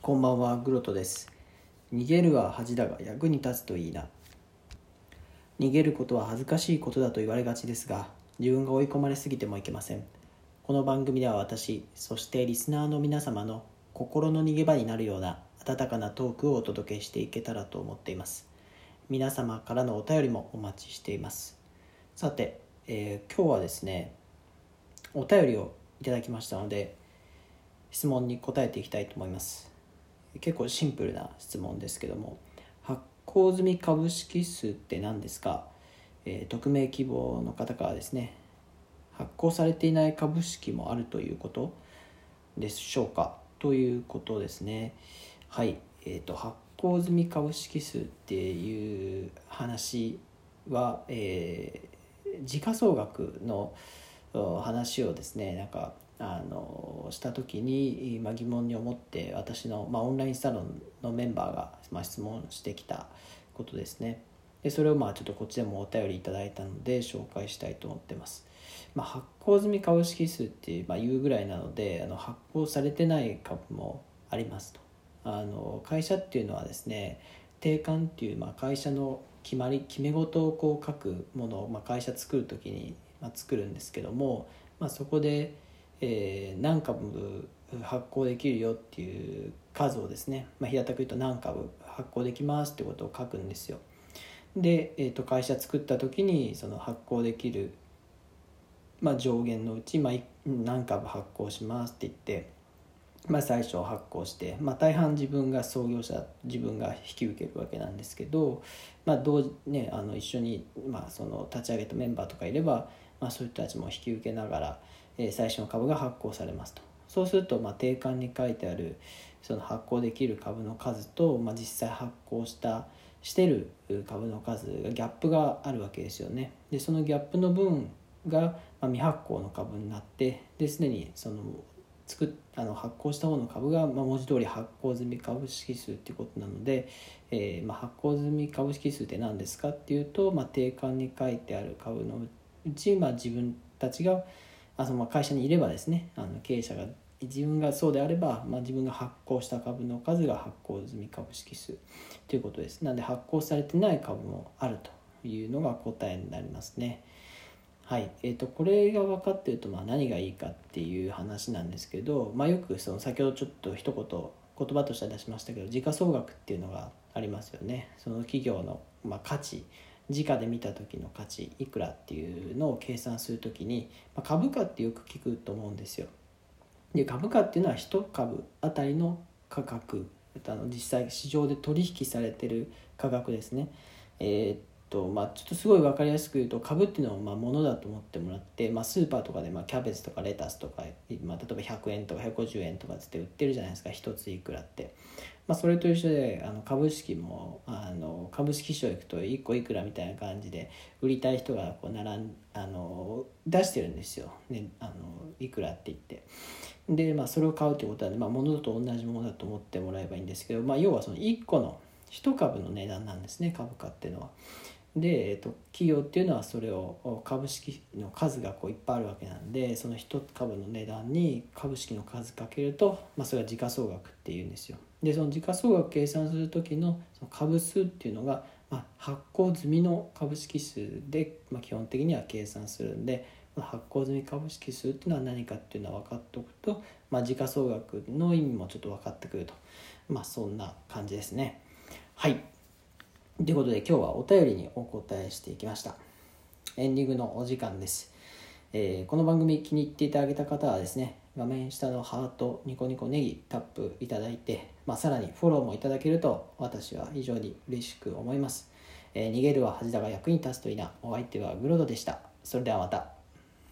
こんばんは、グロトです。逃げるは恥だが役に立つといいな。逃げることは恥ずかしいことだと言われがちですが、自分が追い込まれすぎてもいけません。この番組では私、そしてリスナーの皆様の心の逃げ場になるような温かなトークをお届けしていけたらと思っています。皆様からのお便りもお待ちしています。さて、今日はですね、お便りをいただきましたので、質問に答えていきたいと思います。結構シンプルな質問ですけども、発行済み株式数って何ですか？匿名希望の方からですね、発行されていない株式もあるということでしょうかということですね。はい、発行済み株式数っていう話は、時価総額の話をですね、した時に、疑問に思って私の、オンラインサロンのメンバーが、質問してきたことですね。でそれをちょっとこっちでもお便りいただいたので紹介したいと思ってます。発行済み株式数っていう、ぐらいなので、発行されてない株もありますと。会社っていうのはですね、定款っていう、会社の決め事を書くものを、会社作る時に、作るんですけども、そこで、何株発行できるよっていう数をですね、平たく言うと何株発行できますってことを書くんですよ。で、会社作った時にその発行できる、上限のうち、何株発行しますって言って、最初発行して、大半自分が創業者自分が引き受けるわけなんですけど、一緒に、その立ち上げたメンバーとかいれば、そういう人たちも引き受けながら、最初の株が発行されますと。そうすると、定款に書いてあるその発行できる株の数と、実際発行してる株の数がギャップがあるわけですよね。でそのギャップの分が、未発行の株になって、ですでにその発行した方の株が、文字通り発行済み株式数っていうことなので、発行済み株式数って何ですかっていうと、定款に書いてある株のうち、自分たちが会社にいればですね、経営者が自分がそうであれば、自分が発行した株の数が発行済み株式数ということです。なので発行されてない株もあるというのが答えになりますね。はい、これが分かっていると、何がいいかっていう話なんですけど、よく先ほどちょっと一言葉として出しましたけど、時価総額っていうのがありますよね。その企業の、価値、時価で見た時の価値いくらっていうのを計算するときに、株価ってよく聞くと思うんですよ。で株価っていうのは1株あたりの価格、実際市場で取引されてる価格ですね。ちょっとすごい分かりやすく言うと、株っていうのは物だと思ってもらって、スーパーとかでキャベツとかレタスとか、例えば100円とか150円とかつって売ってるじゃないですか、一ついくらって。それと一緒で株式も株式市場行くと1個いくらみたいな感じで売りたい人がこう出してるんですよ、ね、いくらって言って。で、それを買うということは、物と同じものだと思ってもらえばいいんですけど、要はその1個の1株の値段なんですね、株価っていうのは。で、企業っていうのはそれを株式の数がいっぱいあるわけなんで、その1株の値段に株式の数かけると、それが時価総額っていうんですよ。でその時価総額計算する時のその株数っていうのが、発行済みの株式数で、基本的には計算するんで、発行済み株式数っていうのは何かっていうのは分かっておくと、時価総額の意味もちょっと分かってくると、そんな感じですね。はい、ということで今日はお便りにお答えしていきました。エンディングのお時間です。この番組気に入っていただけた方はですね、画面下のハート、ニコニコネギタップいただいて、さらにフォローもいただけると私は非常に嬉しく思います。逃げるは恥だが役に立つといいな。お相手はグロドでした。それではまた。